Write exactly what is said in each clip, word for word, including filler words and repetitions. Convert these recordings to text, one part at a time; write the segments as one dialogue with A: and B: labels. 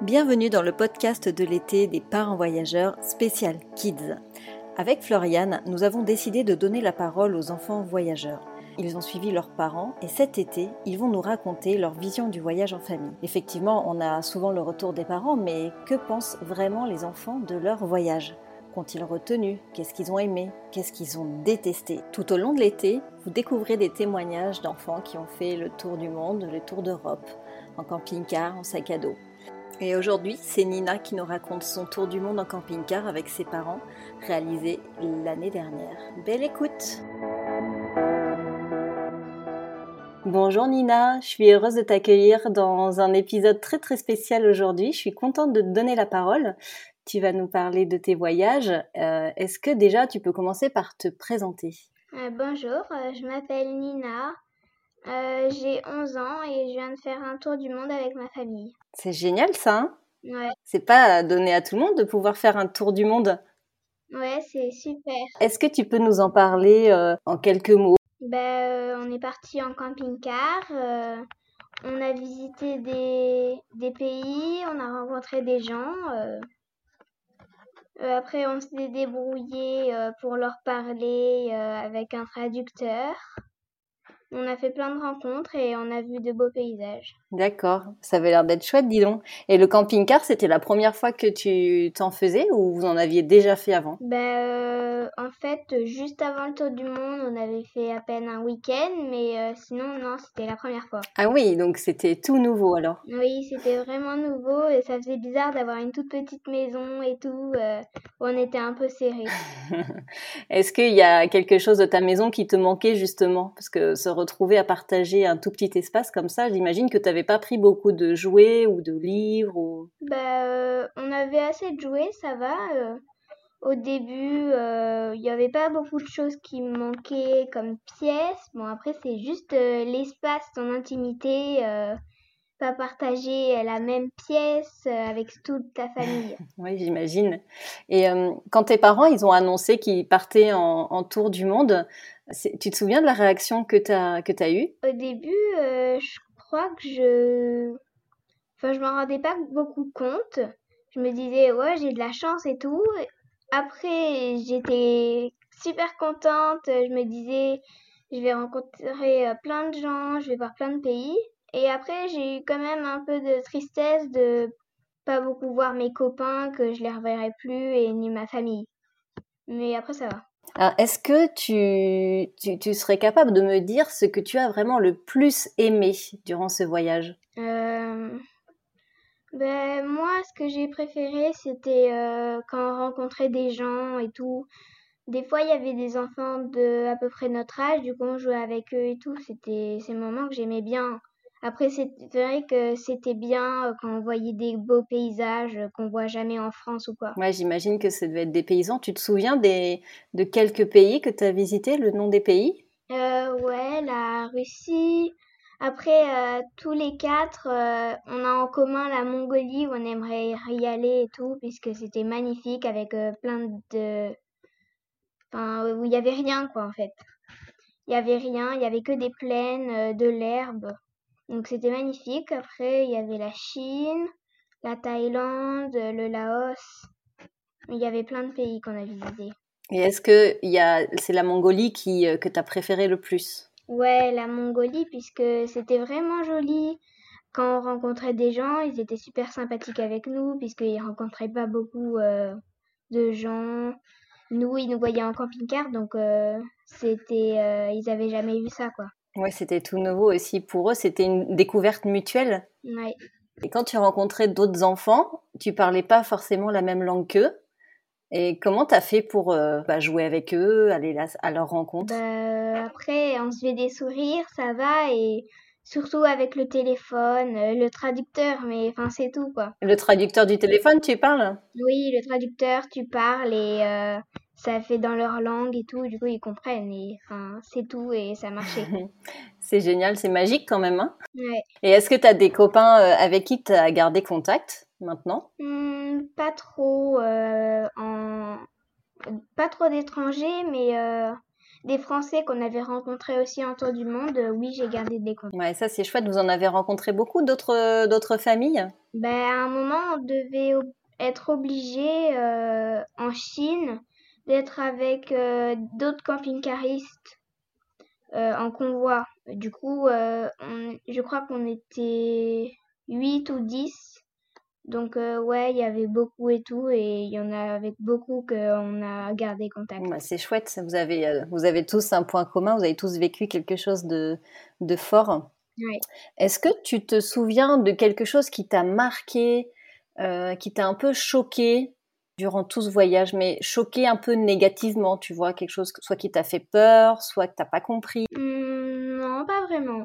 A: Bienvenue dans le podcast de l'été des parents voyageurs spécial Kids. Avec Floriane, nous avons décidé de donner la parole aux enfants voyageurs. Ils ont suivi leurs parents et cet été, ils vont nous raconter leur vision du voyage en famille. Effectivement, on a souvent le retour des parents, mais que pensent vraiment les enfants de leur voyage ? Qu'ont-ils retenu ? Qu'est-ce qu'ils ont aimé ? Qu'est-ce qu'ils ont détesté ? Tout au long de l'été, vous découvrez des témoignages d'enfants qui ont fait le tour du monde, le tour d'Europe, en camping-car, en sac à dos. Et aujourd'hui, c'est Nina qui nous raconte son tour du monde en camping-car avec ses parents, réalisé l'année dernière. Belle écoute! Bonjour Nina, je suis heureuse de t'accueillir dans un épisode très très spécial aujourd'hui. Je suis contente de te donner la parole. Tu vas nous parler de tes voyages. Euh, est-ce que déjà tu peux commencer par te présenter ?
B: euh, Bonjour, euh, je m'appelle Nina. Euh, j'ai onze ans et je viens de faire un tour du monde avec ma famille.
A: C'est génial ça, hein ?
B: Ouais.
A: C'est pas donné à tout le monde de pouvoir faire un tour du monde.
B: Ouais, c'est super.
A: Est-ce que tu peux nous en parler euh, en quelques mots ?
B: Ben, euh, on est parti en camping-car. Euh, on a visité des, des pays, on a rencontré des gens. Euh, euh, après, on s'est débrouillé euh, pour leur parler euh, avec un traducteur. On a fait plein de rencontres et on a vu de beaux paysages.
A: D'accord, ça avait l'air d'être chouette, dis donc. Et le camping-car, c'était la première fois que tu t'en faisais ou vous en aviez déjà fait avant ?
B: Ben, euh, en fait, juste avant le tour du monde, on avait fait à peine un week-end, mais euh, sinon, non, c'était la première fois.
A: Ah oui, donc c'était tout nouveau alors.
B: Oui, c'était vraiment nouveau et ça faisait bizarre d'avoir une toute petite maison et tout, euh, où on était un peu serrés.
A: Est-ce qu'il y a quelque chose de ta maison qui te manquait justement ? Parce que se retrouver à partager un tout petit espace comme ça, j'imagine que tu n'avais pas pris beaucoup de jouets ou de livres ou...
B: Ben, euh, on avait assez de jouets, ça va. euh, Au début, il n'y avait pas beaucoup de choses qui me manquaient comme pièces. Bon, après, c'est juste euh, l'espace, ton intimité, euh, pas partager la même pièce euh, avec toute ta famille.
A: Oui, j'imagine. Et euh, quand tes parents, ils ont annoncé qu'ils partaient en, en tour du monde, c'est- tu te souviens de la réaction que tu as que tu as eue ?
B: Au début, euh, je crois que je... Enfin, je m'en rendais pas beaucoup compte. Je me disais, ouais, j'ai de la chance et tout. Après, j'étais super contente. Je me disais, je vais rencontrer euh, plein de gens, je vais voir plein de pays. Et après, j'ai eu quand même un peu de tristesse de pas beaucoup voir mes copains, que je les reverrai plus, et ni ma famille. Mais après, ça va.
A: Alors, est-ce que tu, tu, tu serais capable de me dire ce que tu as vraiment le plus aimé durant ce voyage ?
B: Euh, ben, moi, ce que j'ai préféré, c'était euh, quand on rencontrait des gens et tout. Des fois, il y avait des enfants de à peu près notre âge, du coup, on jouait avec eux et tout. C'était ces moments que j'aimais bien. Après, c'est c'est vrai que c'était bien euh, quand on voyait des beaux paysages euh, qu'on voit jamais en France ou quoi.
A: Ouais, j'imagine que ça devait être des paysans. Tu te souviens des, de quelques pays que tu as visités, le nom des pays ?
B: Euh, ouais, la Russie. Après, euh, tous les quatre, euh, on a en commun la Mongolie où on aimerait y aller et tout, puisque c'était magnifique avec euh, plein de... Enfin, où il y avait rien, quoi, en fait. Il y avait rien, il y avait que des plaines, euh, de l'herbe. Donc c'était magnifique. Après, il y avait la Chine, la Thaïlande, le Laos. Il y avait plein de pays qu'on a visités.
A: Et est-ce que il y a, c'est la Mongolie qui, euh, que tu as préféré le plus ?
B: Ouais, la Mongolie, puisque c'était vraiment joli. Quand on rencontrait des gens, ils étaient super sympathiques avec nous, puisqu'ils rencontraient pas beaucoup euh, de gens. Nous, ils nous voyaient en camping-car, donc euh, c'était, euh, ils avaient jamais vu ça, quoi.
A: Ouais, c'était tout nouveau aussi pour eux. C'était une découverte mutuelle.
B: Ouais.
A: Et quand tu rencontrais d'autres enfants, tu parlais pas forcément la même langue qu'eux. Et comment t'as fait pour euh, bah, jouer avec eux, aller là, à leur rencontre ?
B: Bah, après, on se fait des sourires, ça va, et surtout avec le téléphone, euh, le traducteur, mais enfin, c'est tout, quoi.
A: Le traducteur du téléphone, tu parles ?
B: Oui, le traducteur, tu parles et euh, ça fait dans leur langue et tout, du coup, ils comprennent, et enfin, c'est tout, et ça marchait.
A: C'est génial, c'est magique quand même, hein ?
B: Ouais.
A: Et est-ce que tu as des copains euh, avec qui tu as gardé contact maintenant ?
B: Hmm, pas trop, euh, en... pas trop d'étrangers, mais euh, des Français qu'on avait rencontrés aussi en tour du monde, euh, oui, j'ai gardé des contacts.
A: Ouais, ça c'est chouette. Vous en avez rencontré beaucoup d'autres, d'autres familles?
B: Ben, à un moment, on devait ob- être obligé euh, en Chine d'être avec euh, d'autres camping-caristes euh, en convoi. Du coup, euh, on- je crois qu'on était huit ou dix. Donc, euh, ouais, il y avait beaucoup et tout, et il y en a avec beaucoup qu'on a gardé contact.
A: Bah, c'est chouette. Vous avez, euh, vous avez tous un point commun. Vous avez tous vécu quelque chose de, de fort.
B: Ouais.
A: Est-ce que tu te souviens de quelque chose qui t'a marqué, euh, qui t'a un peu choqué durant tout ce voyage, mais choqué un peu négativement, tu vois, quelque chose soit qui t'a fait peur, soit que t'as pas compris?
B: Hum, non, pas vraiment.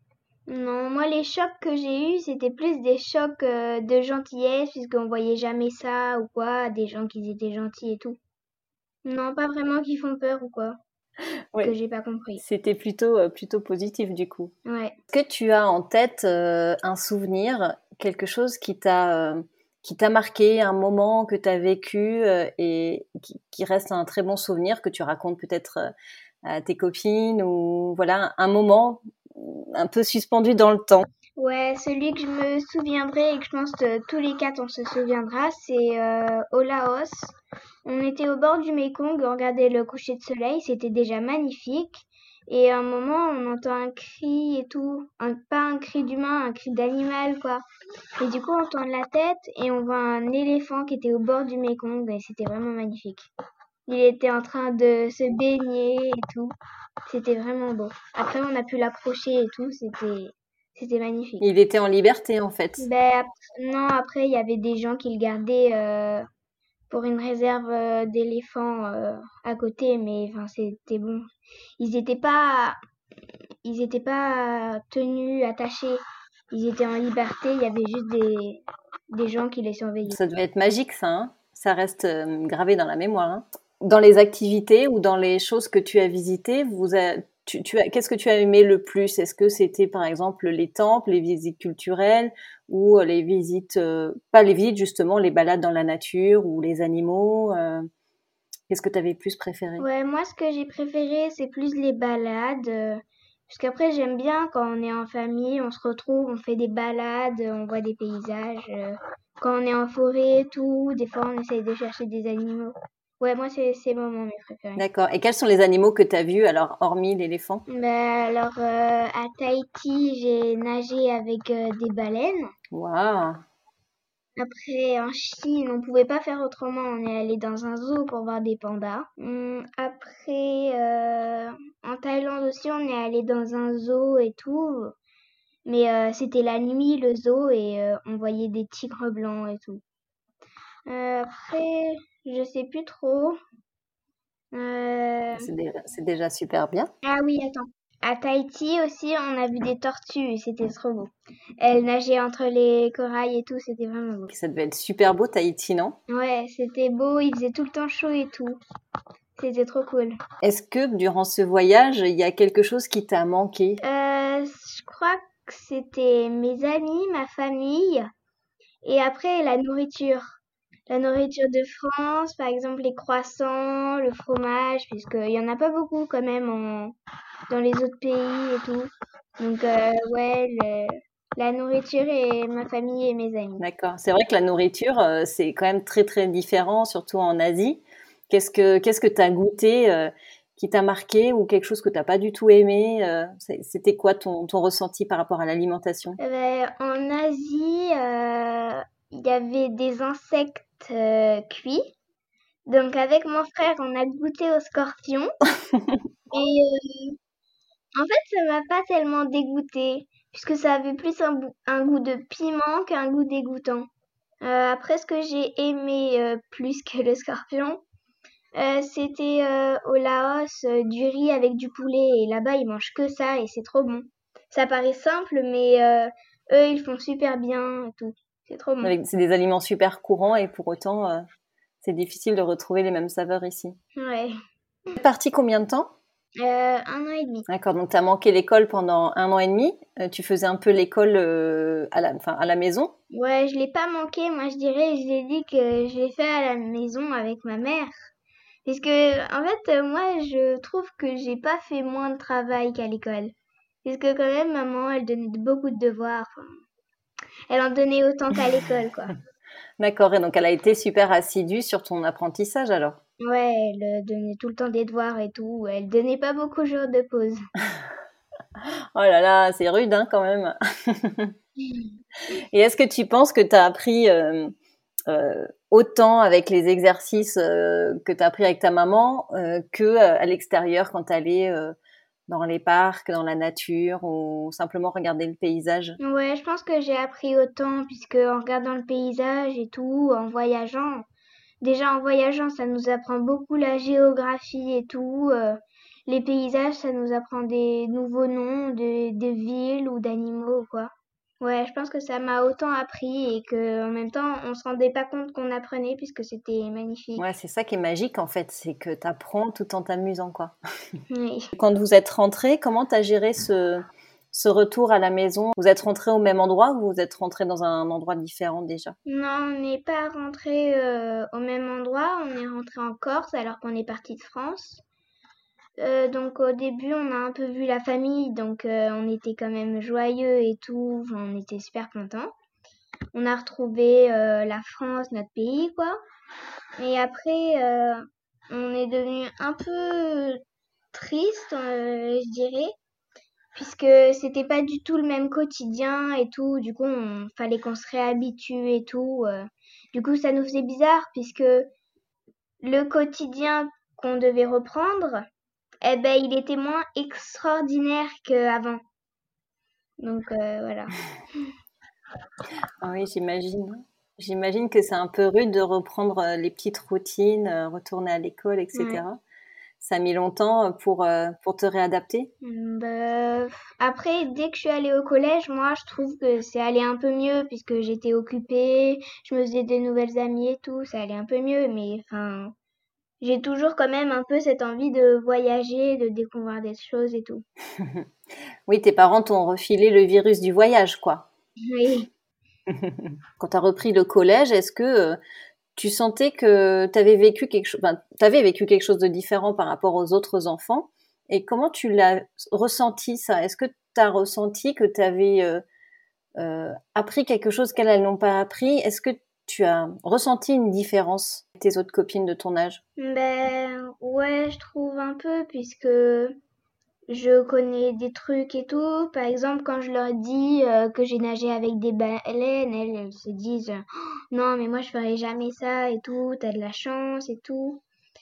B: Non, moi les chocs que j'ai eus, c'était plus des chocs euh, de gentillesse, puisqu'on voyait jamais ça ou quoi, des gens qui étaient gentils et tout. Non, pas vraiment qui font peur ou quoi, que
A: Oui,
B: j'ai pas compris.
A: c'était plutôt, euh, plutôt positif du coup.
B: Ouais.
A: Est-ce que tu as en tête euh, un souvenir, quelque chose qui t'a euh, qui t'a marqué, un moment que tu as vécu euh, et qui, qui reste un très bon souvenir que tu racontes peut-être euh, à tes copines ou voilà un moment un peu suspendu dans le temps.
B: Ouais, celui que je me souviendrai et que je pense que tous les quatre on se souviendra, c'est euh, au Laos. On était au bord du Mékong, on regardait le coucher de soleil, c'était déjà magnifique. Et à un moment, on entend un cri et tout, un, pas un cri d'humain, un cri d'animal, quoi. Et du coup, on tourne la tête et on voit un éléphant qui était au bord du Mékong et c'était vraiment magnifique. Il était en train de se baigner et tout. C'était vraiment beau. Après, on a pu l'approcher et tout, c'était, c'était magnifique.
A: Il était en liberté en fait.
B: Ben, ap- non, après, il y avait des gens qui le gardaient euh, pour une réserve euh, d'éléphants euh, à côté, mais enfin, c'était bon. Ils n'étaient pas, ils étaient pas tenus, attachés. Ils étaient en liberté, il y avait juste des, des gens qui les surveillaient.
A: Ça devait être magique ça, hein. Ça reste euh, gravé dans la mémoire, hein. Dans les activités ou dans les choses que tu as visitées, vous a- tu, tu as, qu'est-ce que tu as aimé le plus? Est-ce que c'était par exemple les temples, les visites culturelles ou les visites, euh, pas les visites justement, les balades dans la nature ou les animaux? euh, qu'est-ce que tu avais plus préféré?
B: Ouais, moi, ce que j'ai préféré, c'est plus les balades. euh, Parce qu'après, j'aime bien quand on est en famille, on se retrouve, on fait des balades, on voit des paysages. euh, Quand on est en forêt et tout, des fois, on essaye de chercher des animaux. Ouais, moi, c'est ces moments mes préférés.
A: D'accord. Et quels sont les animaux que tu as vus alors, hormis l'éléphant?
B: Bah, alors, euh, à Tahiti, j'ai nagé avec euh, des baleines.
A: Waouh!
B: Après, en Chine, on pouvait pas faire autrement. On est allé dans un zoo pour voir des pandas. Hum, après, euh, en Thaïlande aussi, on est allé dans un zoo et tout. Mais euh, c'était la nuit, le zoo, et euh, on voyait des tigres blancs et tout. Euh, après, je sais plus trop. Euh,
A: C'est déjà, c'est déjà super bien.
B: Ah oui, attends. À Tahiti aussi, on a vu des tortues et c'était trop beau. Elles nageaient entre les corails et tout, c'était vraiment beau.
A: Ça devait être super beau, Tahiti, non?
B: Ouais, c'était beau, il faisait tout le temps chaud et tout. C'était trop cool.
A: Est-ce que durant ce voyage, il y a quelque chose qui t'a manqué?
B: Euh, je crois que c'était mes amis, ma famille et après la nourriture. La nourriture de France, par exemple les croissants, le fromage, puisqu'il y en a pas beaucoup quand même en, dans les autres pays et tout. Donc, euh, ouais, le- la nourriture et ma famille et mes amis.
A: D'accord. C'est vrai que la nourriture, euh, c'est quand même très très différent, surtout en Asie. Qu'est-ce que qu'est-ce que t'as goûté euh, qui t'a marqué ou quelque chose que t'as pas du tout aimé? euh, c'est- C'était quoi ton, ton ressenti par rapport à l'alimentation?
B: Eh ben, en Asie, euh, il y avait des insectes euh, cuits. Donc, avec mon frère, on a goûté aux scorpions. Et euh, en fait, ça m'a pas tellement dégoûté, puisque ça avait plus un, bou- un goût de piment qu'un goût dégoûtant. Euh, après, ce que j'ai aimé euh, plus que le scorpion, euh, c'était euh, au Laos euh, du riz avec du poulet. Et là-bas, ils mangent que ça et c'est trop bon. Ça paraît simple, mais euh, eux, ils font super bien et tout. C'est trop bon.
A: Avec- C'est des aliments super courants et pour autant, euh, c'est difficile de retrouver les mêmes saveurs ici.
B: Ouais.
A: T'es parti combien de temps?
B: Euh, un an et demi.
A: D'accord, donc tu as manqué l'école pendant un an et demi. Euh, tu faisais un peu l'école euh, à la, enfin, à la maison.
B: Ouais, je l'ai pas manqué, moi je dirais, je l'ai dit que je l'ai fait à la maison avec ma mère. Parce que, en fait, euh, moi, je trouve que j'ai pas fait moins de travail qu'à l'école. Parce que quand même, maman, elle donnait beaucoup de devoirs. Enfin, elle en donnait autant qu'à l'école, quoi.
A: D'accord, et donc elle a été super assidue sur ton apprentissage alors?
B: Ouais, elle euh, donnait tout le temps des devoirs et tout. Elle donnait pas beaucoup de jours de pause.
A: Oh là là, c'est rude hein, quand même. Et est-ce que tu penses que tu as appris euh, euh, autant avec les exercices euh, que tu as appris avec ta maman euh, que euh, à l'extérieur quand tu allais euh, dans les parcs, dans la nature ou simplement regarder le paysage?
B: Ouais, je pense que j'ai appris autant puisque en regardant le paysage et tout, en voyageant, déjà en voyageant, ça nous apprend beaucoup la géographie et tout. euh, les paysages, ça nous apprend des nouveaux noms de, de villes ou d'animaux, quoi. Ouais, je pense que ça m'a autant appris et que en même temps, on se rendait pas compte qu'on apprenait puisque c'était magnifique.
A: Ouais, c'est ça qui est magique en fait, c'est que tu apprends tout en t'amusant quoi.
B: Oui.
A: Quand vous êtes rentrés, comment tu as géré ce, ce retour à la maison? Vous êtes rentrés au même endroit ou vous êtes rentrés dans un endroit différent déjà?
B: Non, on n'est pas rentré euh, au même endroit, on est rentré en Corse alors qu'on est parti de France. Euh, donc au début, on a un peu vu la famille, donc euh, on était quand même joyeux et tout, enfin, on était super contents. On a retrouvé euh, la France, notre pays, quoi. Et après, euh, on est devenu un peu triste, euh, je dirais, puisque c'était pas du tout le même quotidien et tout. Du coup, on fallait qu'on se réhabitue et tout. euh. Du coup, ça nous faisait bizarre, puisque le quotidien qu'on devait reprendre, eh ben, il était moins extraordinaire qu'avant. Donc euh, voilà.
A: Ah oui, j'imagine. J'imagine que c'est un peu rude de reprendre euh, les petites routines, euh, retourner à l'école,
B: Ouais.
A: et cetera. Ça a mis longtemps euh, pour, euh, pour te réadapter?
B: Mm, bah, après, dès que je suis allée au collège, moi, je trouve que c'est allé un peu mieux puisque j'étais occupée, je me faisais des nouvelles amies et tout, ça allait un peu mieux. Mais enfin, j'ai toujours quand même un peu cette envie de voyager, de découvrir des choses et tout.
A: Oui, tes parents t'ont refilé le virus du voyage, quoi.
B: Oui.
A: Quand tu as repris le collège, est-ce que euh, tu sentais que tu avais vécu quelque chose, enfin, t'avais vécu quelque chose de différent par rapport aux autres enfants? Et comment tu l'as ressenti ça? Est-ce que tu as ressenti que tu avais euh, euh, appris quelque chose qu'elles elles n'ont pas appris? Est-ce que tu as ressenti une différence avec tes autres copines de ton âge?
B: Ben ouais, je trouve un peu puisque je connais des trucs et tout. Par exemple, quand je leur dis euh, que j'ai nagé avec des baleines, elles, elles se disent oh, non, mais moi je ferai jamais ça et tout, t'as de la chance et tout.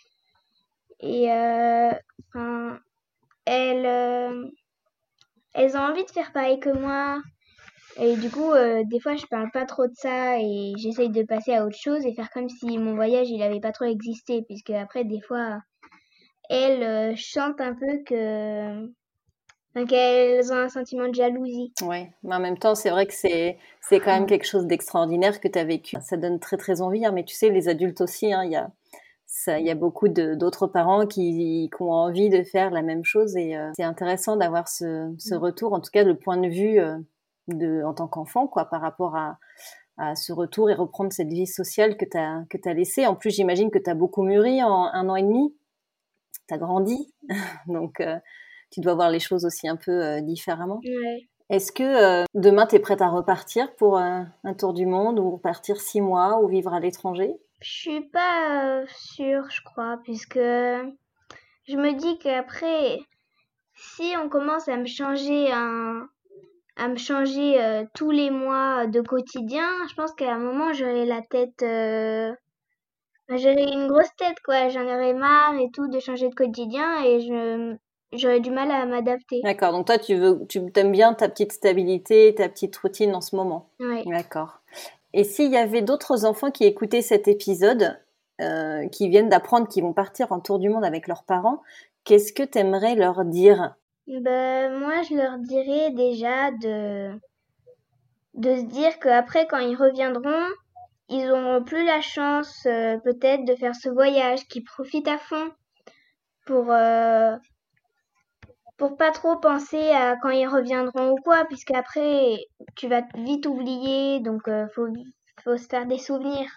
B: Et euh, enfin, elles, euh, elles ont envie de faire pareil que moi. Et du coup, euh, des fois, je parle pas trop de ça et j'essaye de passer à autre chose et faire comme si mon voyage, il avait pas trop existé. Puisque après, des fois, elles euh, chantent un peu que enfin, qu'elles ont un sentiment de jalousie.
A: Ouais, mais en même temps, c'est vrai que c'est c'est quand même quelque chose d'extraordinaire que tu as vécu. Ça donne très très envie, hein, mais tu sais, les adultes aussi, hein, il y a ça, il y a beaucoup de d'autres parents qui, qui ont envie de faire la même chose et euh, c'est intéressant d'avoir ce, ce retour, en tout cas le point de vue euh, de en tant qu'enfant, quoi, par rapport à, à ce retour et reprendre cette vie sociale que tu as que tu as laissée. En plus, j'imagine que tu as beaucoup mûri en un an et demi, tu as grandi, donc euh, tu dois voir les choses aussi un peu euh, différemment.
B: Ouais.
A: Est-ce que euh, demain, tu es prête à repartir pour euh, un tour du monde ou partir six mois ou vivre à l'étranger?
B: Je suis pas euh, sûre, je crois, puisque je me dis qu'après, si on commence à me changer un, à me changer euh, tous les mois de quotidien, je pense qu'à un moment j'aurai la tête, euh, bah, j'aurai une grosse tête quoi, j'en aurai marre et tout de changer de quotidien et je j'aurai du mal à m'adapter.
A: D'accord, donc toi, tu veux, tu aimes bien ta petite stabilité, ta petite routine en ce moment.
B: Ouais.
A: D'accord. Et s'il y avait d'autres enfants qui écoutaient cet épisode, euh, qui viennent d'apprendre qu'ils vont partir en tour du monde avec leurs parents, qu'est-ce que tu aimerais leur dire?
B: Ben moi je leur dirais déjà de de se dire qu'après quand ils reviendront, ils auront plus la chance euh, peut-être de faire ce voyage, qu'ils profitent à fond pour euh, pour pas trop penser à quand ils reviendront ou quoi, puisque après tu vas vite oublier, donc euh, faut faut se faire des souvenirs.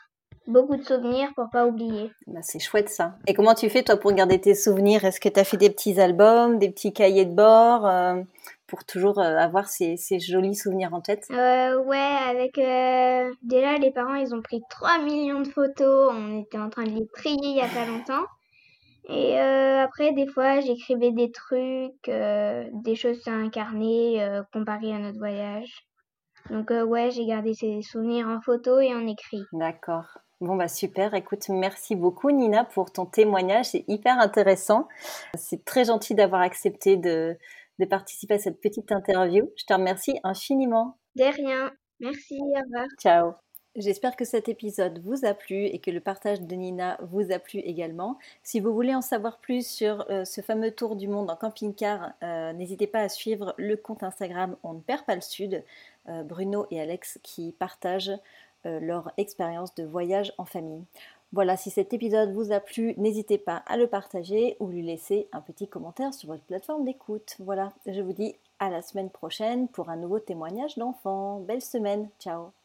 B: beaucoup de souvenirs pour pas oublier.
A: Bah, c'est chouette ça. Et comment tu fais toi pour garder tes souvenirs? Est-ce que tu as fait des petits albums, des petits cahiers de bord euh, pour toujours euh, avoir ces, ces jolis souvenirs en tête?
B: Euh, ouais, avec euh, déjà les parents, ils ont pris trois millions de photos. On était en train de les trier il y a pas longtemps. Et euh, après, des fois, j'écrivais des trucs, euh, des choses sur un carnet euh, comparé à notre voyage. Donc euh, ouais, j'ai gardé ces souvenirs en photo et en écrit.
A: D'accord. Bon bah super. Écoute, merci beaucoup Nina pour ton témoignage. C'est hyper intéressant. C'est très gentil d'avoir accepté de, de participer à cette petite interview. Je te remercie infiniment.
B: De rien. Merci, au revoir.
A: Ciao. J'espère que cet épisode vous a plu et que le partage de Nina vous a plu également. Si vous voulez en savoir plus sur euh, ce fameux tour du monde en camping-car, euh, n'hésitez pas à suivre le compte Instagram On ne perd pas le sud, euh, Bruno et Alex qui partagent euh, leur expérience de voyage en famille. Voilà, si cet épisode vous a plu, n'hésitez pas à le partager ou lui laisser un petit commentaire sur votre plateforme d'écoute. Voilà, je vous dis à la semaine prochaine pour un nouveau témoignage d'enfant. Belle semaine, ciao.